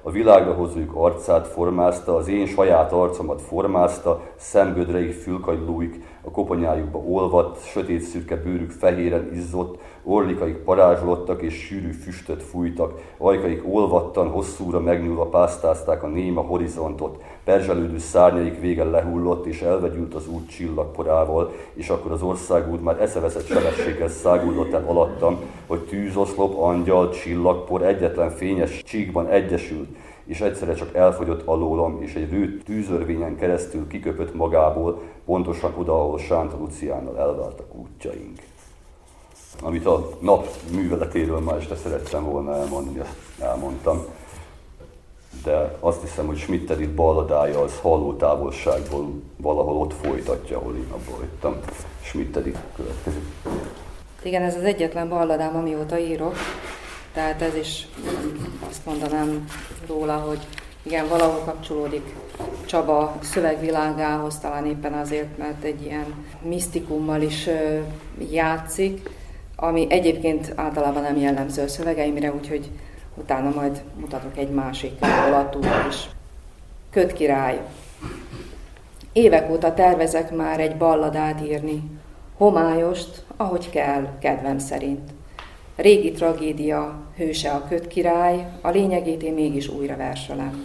A világra hozójuk arcát formázta, az én saját arcomat formázta, szemgödreik fülkagylóik a koponyájukba olvadt, sötét szürke bőrük fehéren izzott, orlikaik parázslottak és sűrű füstöt fújtak, ajkaik olvattan, hosszúra megnyúlva pásztázták a néma horizontot, perzselődő szárnyaik vége lehullott és elvegyült az út csillagporával, és akkor az országút már eszeveszett sebességgel száguldott el alattam, hogy tűzoszlop, angyal, csillagpor egyetlen fényes csíkban egyesült, és egyszerre csak elfogyott alólam, és egy rőt tűzörvényen keresztül kiköpött magából, pontosan oda, ahol Sánta Luciánnal elváltak útjaink. Amit a nap műveletéről ma este szerettem volna elmondani, azt elmondtam. De azt hiszem, hogy Schmidt Edith balladája az halló távolságból valahol ott folytatja, ahol én abba hagytam. Schmidt Edith következik. Igen, ez az egyetlen balladám, amióta írok. Tehát ez is azt mondanám róla, hogy igen, valahol kapcsolódik Csaba szövegvilágához, talán éppen azért, mert egy ilyen misztikummal is játszik, ami egyébként általában nem jellemző a szövegeimre, úgyhogy utána majd mutatok egy másik olatút is. Ködkirály. Évek óta tervezek már egy balladát írni. Homályost, ahogy kell, kedvem szerint. Régi tragédia, hőse a ködkirály, a lényegét én mégis újra verselem.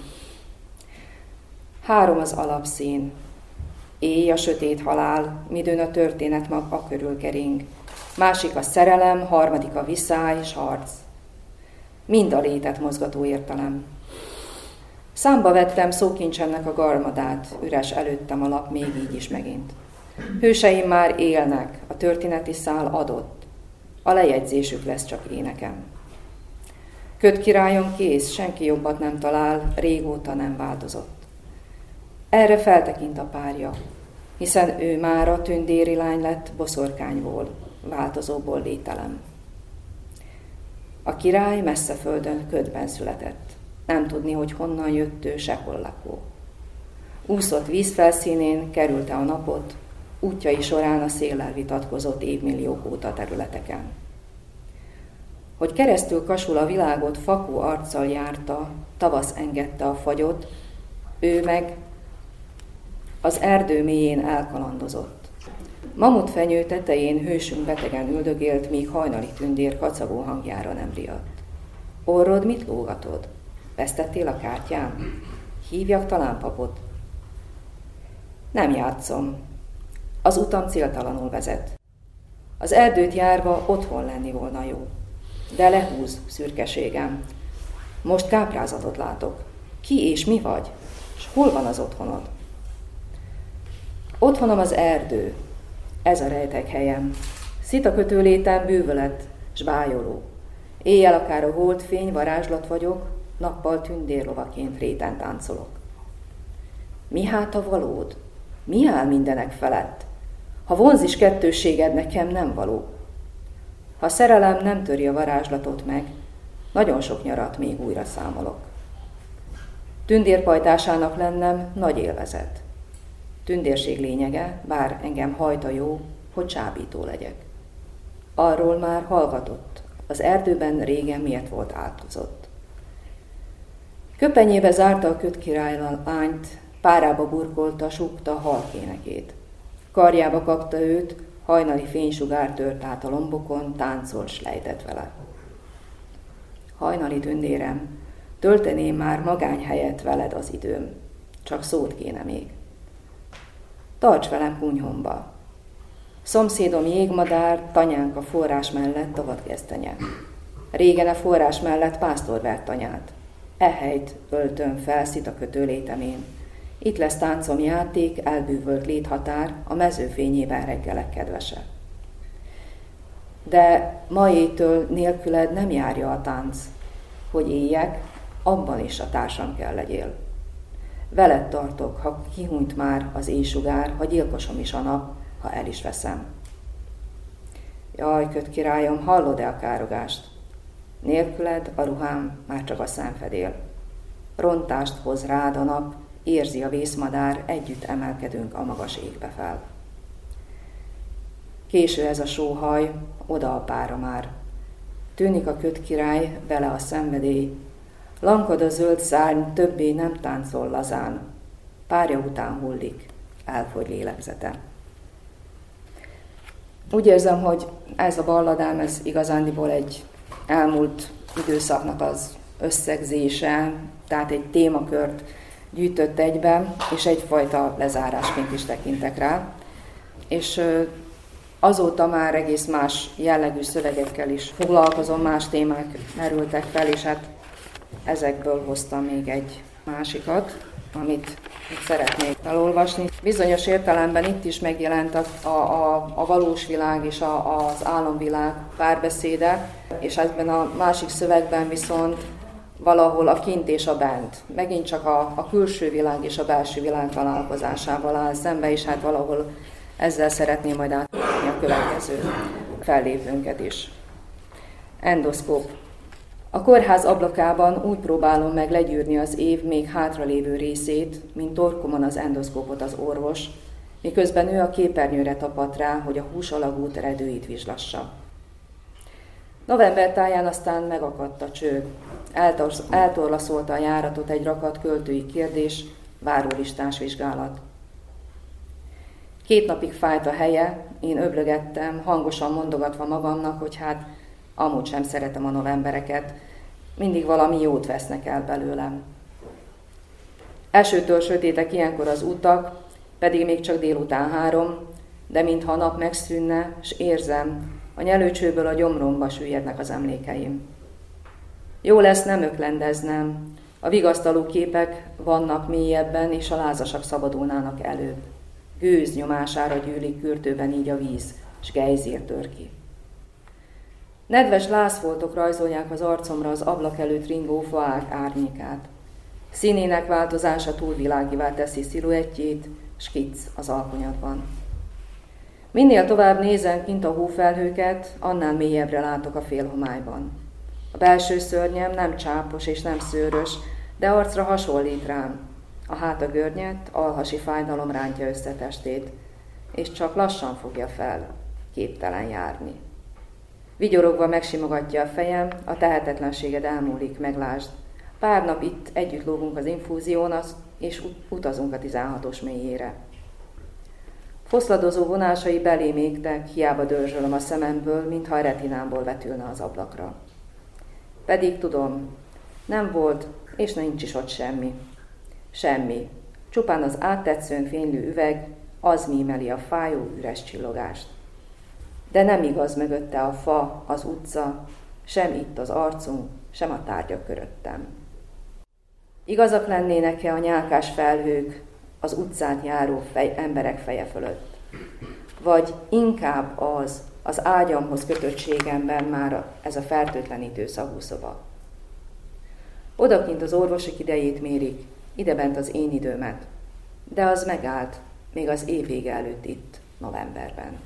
3 az alapszín. Éj a sötét halál, midőn a történet maga körül kering. Másik a szerelem, harmadik a viszály és harc. Mind a létet mozgató értelem. Számba vettem szókincsemnek a garmadát, üres előttem a lap még így is megint. Hőseim már élnek, a történeti szál adott. A lejegyzésük lesz csak énekem. Ködkirályom kész, senki jobbat nem talál, régóta nem változott. Erre feltekint a párja, hiszen ő már a tündéri lány lett boszorkányból, változóból lételem. A király messze földön ködben született. Nem tudni, hogy honnan jött ő, sehol lakó. Úszott vízfelszínén, kerülte a napot, útjai során a széllel vitatkozott évmilliók óta területeken. Hogy keresztül kasul a világot, fakó arccal járta, tavasz engedte a fagyot, ő meg az erdő mélyén elkalandozott. Mamutfenyő tetején hősünk betegen üldögélt, míg hajnali tündér kacagó hangjára nem riadt. Orrod mit lógatod? Vesztettél a kártyán? Hívjak talán papot? Nem játszom. Az utam céltalanul vezet. Az erdőt járva otthon lenni volna jó. De lehúz, szürkeségem. Most káprázatot látok. Ki és mi vagy? S hol van az otthonod? Otthonom az erdő. Ez a rejtek helyem. Szitakötő létem bűvölet, s bájoló. Éjjel akár a holdfény, varázslat vagyok, nappal tündérlovaként réten táncolok. Mi hát a valód? Mi áll mindenek felett? Ha vonz is kettősséged, nekem nem való. Ha szerelem nem töri a varázslatot meg, nagyon sok nyarat még újra számolok. Tündérpajtásának lennem nagy élvezet. Tündérség lényege, bár engem hajt a jó, hogy csábító legyek. Arról már hallgatott, az erdőben régen miért volt áltozott. Köpenyébe zárta a ködkirály lányt, párába burkolta, súgta halkénekét. Karjába kapta őt, hajnali fénysugár tört át a lombokon, táncolt s lejtett vele. Hajnali tündérem, tölteném már magány helyett veled az időm, csak szót kéne még. Tarts velem kunyhomba. Szomszédom jégmadár, tanyánk a forrás mellett a vadgesztenye. Régen a forrás mellett pásztor vert tanyát. Ehelyt öltöm fel szitakötő létemén. Itt lesz táncom játék, elbűvölt léthatár, a mezőfényében reggelek kedvese. De ma éjtől nélküled nem járja a tánc, hogy éljek, abban is a társam kell legyél. Veled tartok, ha kihúnyt már az éjsugár, ha gyilkosom is a nap, ha el is veszem. Jaj, ködkirályom, hallod-e a károgást? Nélküled a ruhám már csak a szemfedél. Rontást hoz rád a nap, érzi a vészmadár, együtt emelkedünk a magas égbe fel. Késő ez a sóhaj, oda a pára már. Tűnik a ködkirály, vele a szenvedély. Lankad a zöld szárny, többé nem táncol lazán. Párja után hullik, elfogy lélegzete. Úgy érzem, hogy ez a balladám, ez igazándiból egy elmúlt időszaknak az összegzése, tehát egy témakört gyűjtött egybe, és egyfajta lezárásként is tekintek rá. És azóta már egész más jellegű szövegekkel is foglalkozom, más témák merültek fel, és hát ezekből hoztam még egy másikat, amit szeretnék elolvasni. Bizonyos értelemben itt is megjelent a valós világ és az álomvilág párbeszéde, és ebben a másik szövegben viszont valahol a kint és a bent. Megint csak a külső világ és a belső világ találkozásával áll szembe, és hát valahol ezzel szeretném majd átadni a következő fellépőnket is. Endoszkóp. A kórház ablakában úgy próbálom meg legyűrni az év még hátralévő részét, mint torkomon az endoszkópot az orvos, miközben ő a képernyőre tapadt rá, hogy a húsalagút eredőit vizslassa. November táján aztán megakadt a cső. Eltorlaszolta a járatot egy rakat költői kérdés, várólistás vizsgálat. 2 napig fájt a helye, én öblögettem, hangosan mondogatva magamnak, hogy hát amúgy sem szeretem a novembereket, mindig valami jót vesznek el belőlem. Elsőtől sötétek ilyenkor az utak, pedig még csak délután 3, de mintha a nap megszűnne, s érzem, a nyelőcsőből a gyomromba süllyednek az emlékeim. Jó lesz nem öklendeznem, a vigasztaló képek vannak mélyebben, és a lázasak szabadulnának előbb. Gőz nyomására gyűlik kürtőben így a víz, s gejzír tör ki. Nedves lázfoltok rajzolják az arcomra az ablak előtt ringó faák árnyékát. Színének változása túlvilágivá teszi sziluettjét, skic az alkonyatban. Minél tovább nézem kint a hófelhőket, annál mélyebbre látok a félhomályban. A belső szörnyem nem csápos és nem szőrös, de arcra hasonlít rám. A háta görnyett, alhasi fájdalom rántja össze testét, és csak lassan fogja fel, képtelen járni. Vigyorogva megsimogatja a fejem, a tehetetlenséged elmúlik, meglásd. Pár nap itt együtt lógunk az infúzión, és utazunk a 16-os mélyére. Foszladozó vonásai belém égtek, hiába dörzsölöm a szememből, mintha a retinámból vetülne az ablakra. Pedig tudom, nem volt, és nincs is ott semmi. Semmi. Csupán az áttetszőn fénylő üveg, az mímeli a fájó üres csillogást. De nem igaz mögötte a fa, az utca, sem itt az arcunk, sem a tárgyak köröttem. Igazak lennének-e a nyálkás felhők az utcát járó emberek feje fölött? Vagy inkább az ágyamhoz kötöttségemben már ez a fertőtlenítő szagú szoba? Odakint az orvosok idejét mérik, idebent az én időmet, de az megállt még az év vége előtt itt, novemberben.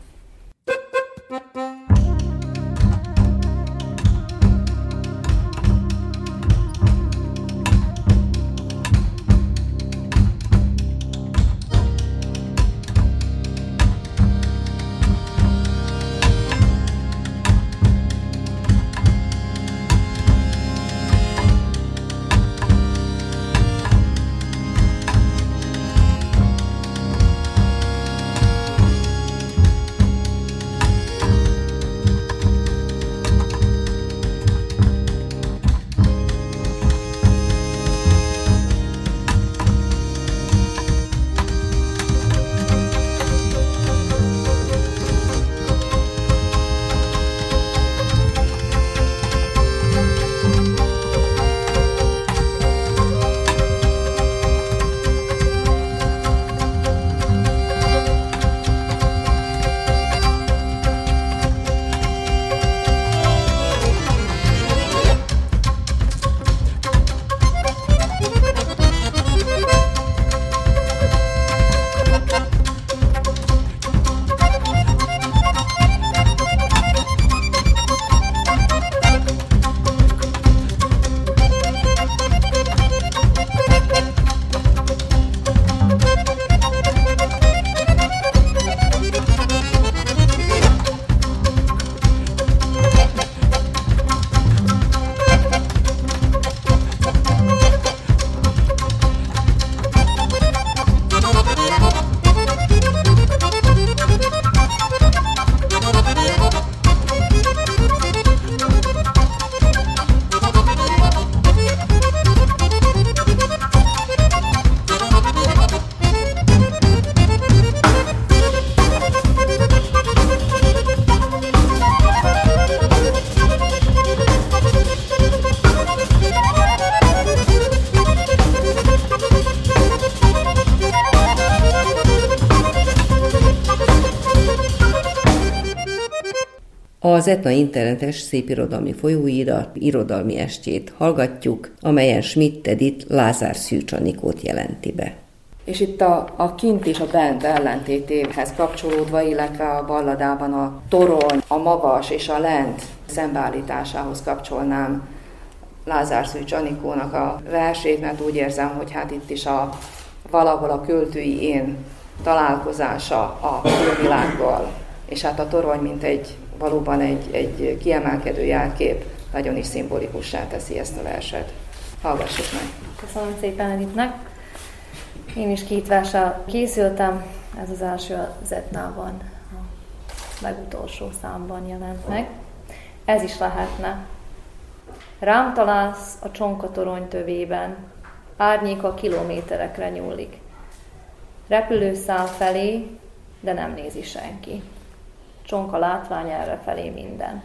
Az Etna internetes szépirodalmi folyóirat irodalmi estjét hallgatjuk, amelyen Schmidt Edith Lázár Szűcs Anikót jelenti be. És itt a kint és a bent ellentétéhez kapcsolódva, illetve a balladában a torony, a magas és a lent szembeállításához kapcsolnám Lázár Szűcs Anikónak a versét, mert úgy érzem, hogy hát itt is valahol a költői én találkozása a külvilággal, és hát a torony, mint valóban egy kiemelkedő jelkép, nagyon is szimbolikussá teszi ezt a verset. Hallgassuk meg! Köszönöm szépen Edithnek! Én is 2 verssel készültem, ez az első az Etnában, a legutolsó számban jelent meg. Ez is lehetne. Rám találsz a csonkatorony tövében, árnyéka kilométerekre nyúlik. Repülőszál felé, de nem nézi senki. Csonka látvány errefelé minden.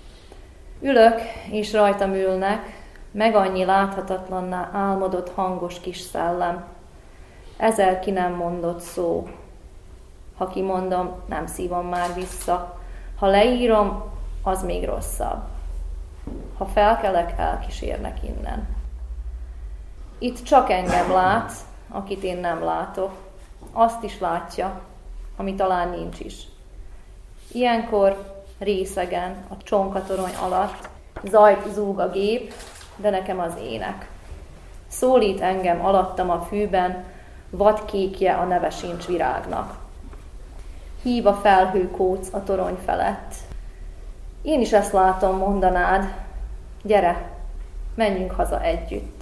Ülök, és rajtam ülnek, meg annyi láthatatlanná álmodott hangos kis szellem. 1000 ki nem mondott szó. Ha kimondom, nem szívom már vissza. Ha leírom, az még rosszabb. Ha felkelek, elkísérnek innen. Itt csak engem lát, akit én nem látok. Azt is látja, ami talán nincs is. Ilyenkor részegen, a csonkatorony alatt zajt zúg a gép, de nekem az ének. Szólít engem alattam a fűben, vadkékje a neve sincs virágnak. Hív a felhőkóc a torony felett. Én is ezt látom, mondanád, gyere, menjünk haza együtt.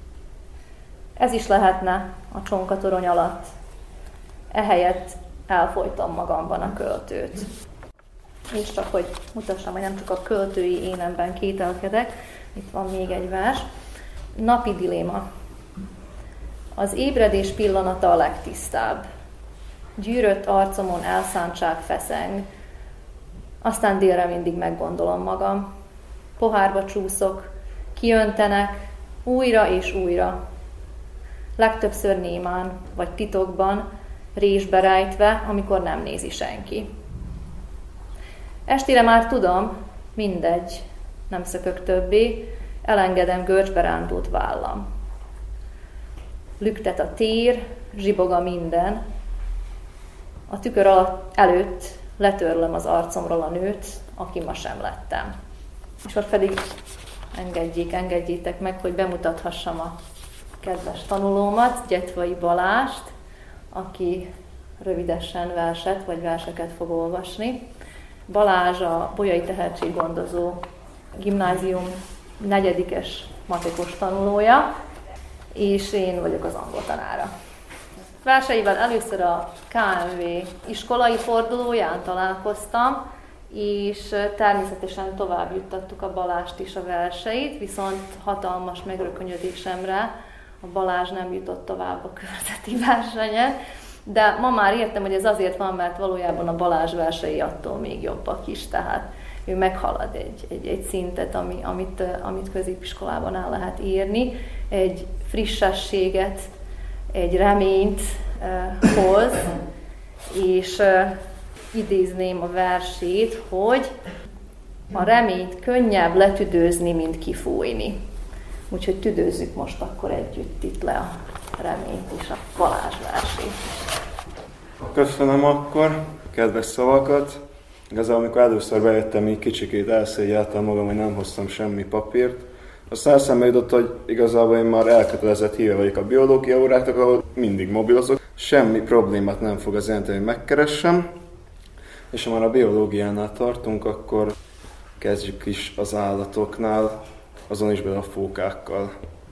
Ez is lehetne a csonkatorony alatt. Ehelyett elfolytam magamban a költőt. És csak, hogy mutassam, hogy nem csak a költői énemben kételkedek, itt van még egy vers. Napi diléma. Az ébredés pillanata a legtisztább. Gyűrött arcomon elszántság feszeng. Aztán délre mindig meggondolom magam. Pohárba csúszok, kiöntenek, újra és újra. Legtöbbször némán, vagy titokban, résbe rejtve, amikor nem nézi senki. Estére már tudom, mindegy, nem szökök többé, elengedem görcsbe rándult vállam. Lüktet a tér, zsibog a minden. A tükör előtt letörlöm az arcomról a nőt, aki ma sem lettem. És most pedig engedjétek meg, hogy bemutathassam a kedves tanulómat, Gyetvai Balást, aki rövidesen verset vagy verseket fog olvasni. Balázs a Bolyai Tehetséggondozó Gimnázium 4-es matekos tanulója, és én vagyok az angol tanára. Verseivel először a KMV iskolai fordulóján találkoztam, és természetesen tovább juttattuk a Balást is a verseit, viszont hatalmas megrökönyödésemre a Balázs nem jutott tovább a körzeti versenyen, de ma már értem, hogy ez azért van, mert valójában a Balázs versei attól még jobbak is, tehát ő meghalad egy szintet, amit középiskolában el lehet írni, egy frissességet, egy reményt hoz, és idézném a versét, hogy a reményt könnyebb letüdőzni, mint kifújni. Úgyhogy tüdőzzük most akkor együtt itt le a reményt és a Balázs versét. Köszönöm akkor kedves szavakat. Igazából amikor először bejöttem, így kicsikét elszégyeltem magam, hogy nem hoztam semmi papírt. Aztán eszembe jutott, hogy igazából én már elkötelezett híve vagyok a biológia óráknak, ahol mindig mobilozok. Semmi problémát nem fog az jelenteni, hogy megkeressem. És ha már a biológiánál tartunk, akkor kezdjük is az állatoknál, azon is bele a fókákkal.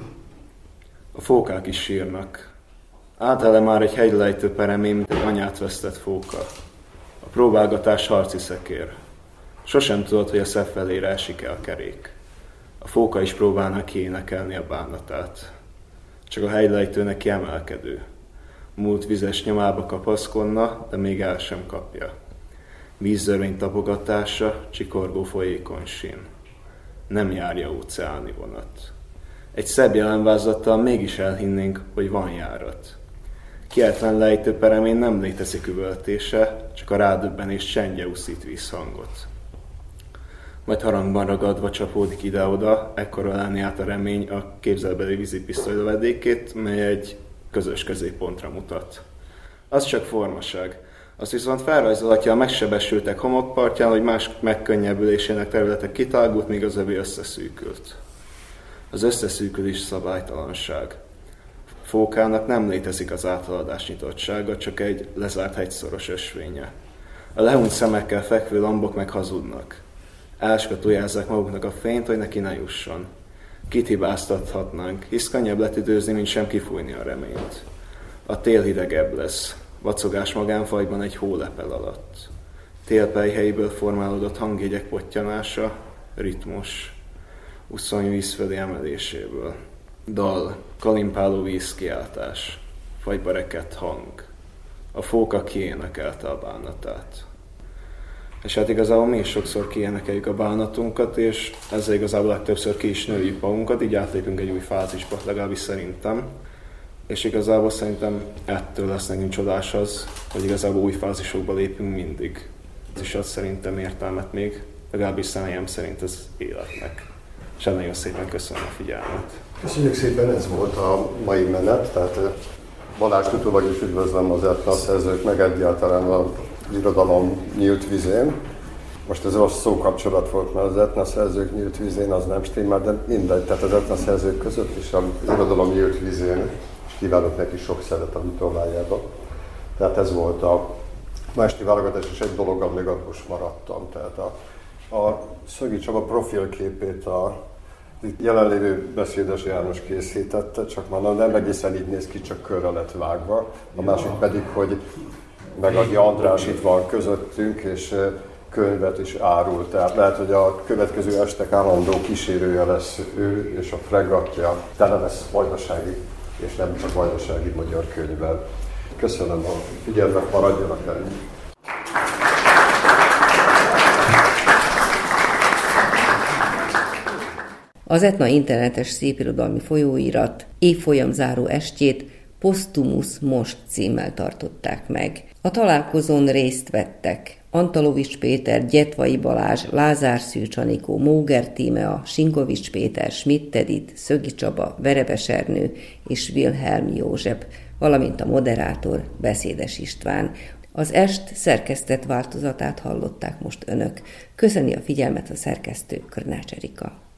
A fókák is sírnak. Át-e már egy hegylejtő peremén, mint egy anyát vesztett fóka. A próbálgatás harci szekér. Sosem tudod, hogy a szebb felére esik-e a kerék. A fóka is próbálná kiénekelni a bánatát. Csak a hegylejtőnek kiemelkedő. Múlt vizes nyomába kapaszkodna, de még el sem kapja. Vízzörvény tapogatása, csikorgó folyékony sín. Nem járja óceáni vonat. Egy szebb jelenvázattal mégis elhinnénk, hogy van járat. Kietlen lejtőperemén nem létezik üvöltése, csak a rádöbbenés csendje úszít vízhangot. majd harangban ragadva csapódik ide-oda, ekkor ölelni át a remény a képzelbeli vízipisztoly lövedékét, mely egy közös középpontra mutat. Az csak formaság. Azt viszont felrajzolhatja a megsebesültek homokpartján, hogy más megkönnyebbülésének területek kitágult, míg az övé összeszűkült. Az összeszűkülés szabálytalanság. Fókának nem létezik az áthaladás nyitottsága, csak egy lezárt hegyszoros ösvénye. A lehunyt szemekkel fekvő lombok meg hazudnak. Elskatujázzák maguknak a fényt, hogy neki ne jusson. Kit hibáztathatnánk, hisz könnyebb lett időzni, mint sem kifújni a reményt. A tél hidegebb lesz, vacogás magánfajban egy hólepel alatt. Télpelyhelyiből formálódott hangjegyek pottyanása, ritmus, uszony víz fölé emeléséből. Dal, kalimpáló vízkiáltás, fagyba rekedt hang. A fóka kiénekelte a bánatát. És hát igazából mi is sokszor kiénekeljük a bánatunkat, és ezzel igazából legtöbbször ki is nőjük magunkat, így átlépünk egy új fázisba, legalábbis szerintem. És igazából szerintem ettől lesz nekünk csodás az, hogy igazából új fázisokba lépünk mindig. Ez is ad szerintem értelmet még, legalábbis személyem szerint az életnek. És nagyon szépen köszönöm a figyelmet. Köszönjük szépen, ez volt a mai menet, tehát Balást utólag is üdvözlöm az Etna szerzők, meg egyáltalán az irodalom nyílt vizén. Most ez rossz szókapcsolat volt, mert az Etna szerzők nyílt vizén az nem stimmel, de mindegy, tehát az Etna szerzők között is az irodalom nyílt vizén, és kívánok neki sok szeret a vitorlájába. Tehát ez volt a ma esti válogatás, és egy dologgal még most maradtam. Tehát a Szögi Csaba profilképét a jelenlévő Beszédes János készítette, csak már nem egészen így néz ki, csak körre lett vágva. A másik pedig, hogy Megadja András itt van közöttünk, és könyvet is árul. Tehát lehet, hogy a következő estek állandó kísérője lesz ő, és a fregatja tele lesz vajdasági, és nem csak vajdasági magyar könyvvel. Köszönöm a figyelmet, maradjanak el. Az Etna internetes szépirodalmi folyóirat évfolyamzáró estjét Posztumusz Most címmel tartották meg. A találkozón részt vettek Antalovics Péter, Gyetvai Balázs, Lázár Szűcs Anikó, Móger Tímea, Sinkovics Péter, Schmidt Edith, Szögi Csaba, Verebes Ernő és Wilhelm József, valamint a moderátor Beszédes István. Az est szerkesztett változatát hallották most önök. Köszöni a figyelmet a szerkesztő, Krnács Erika.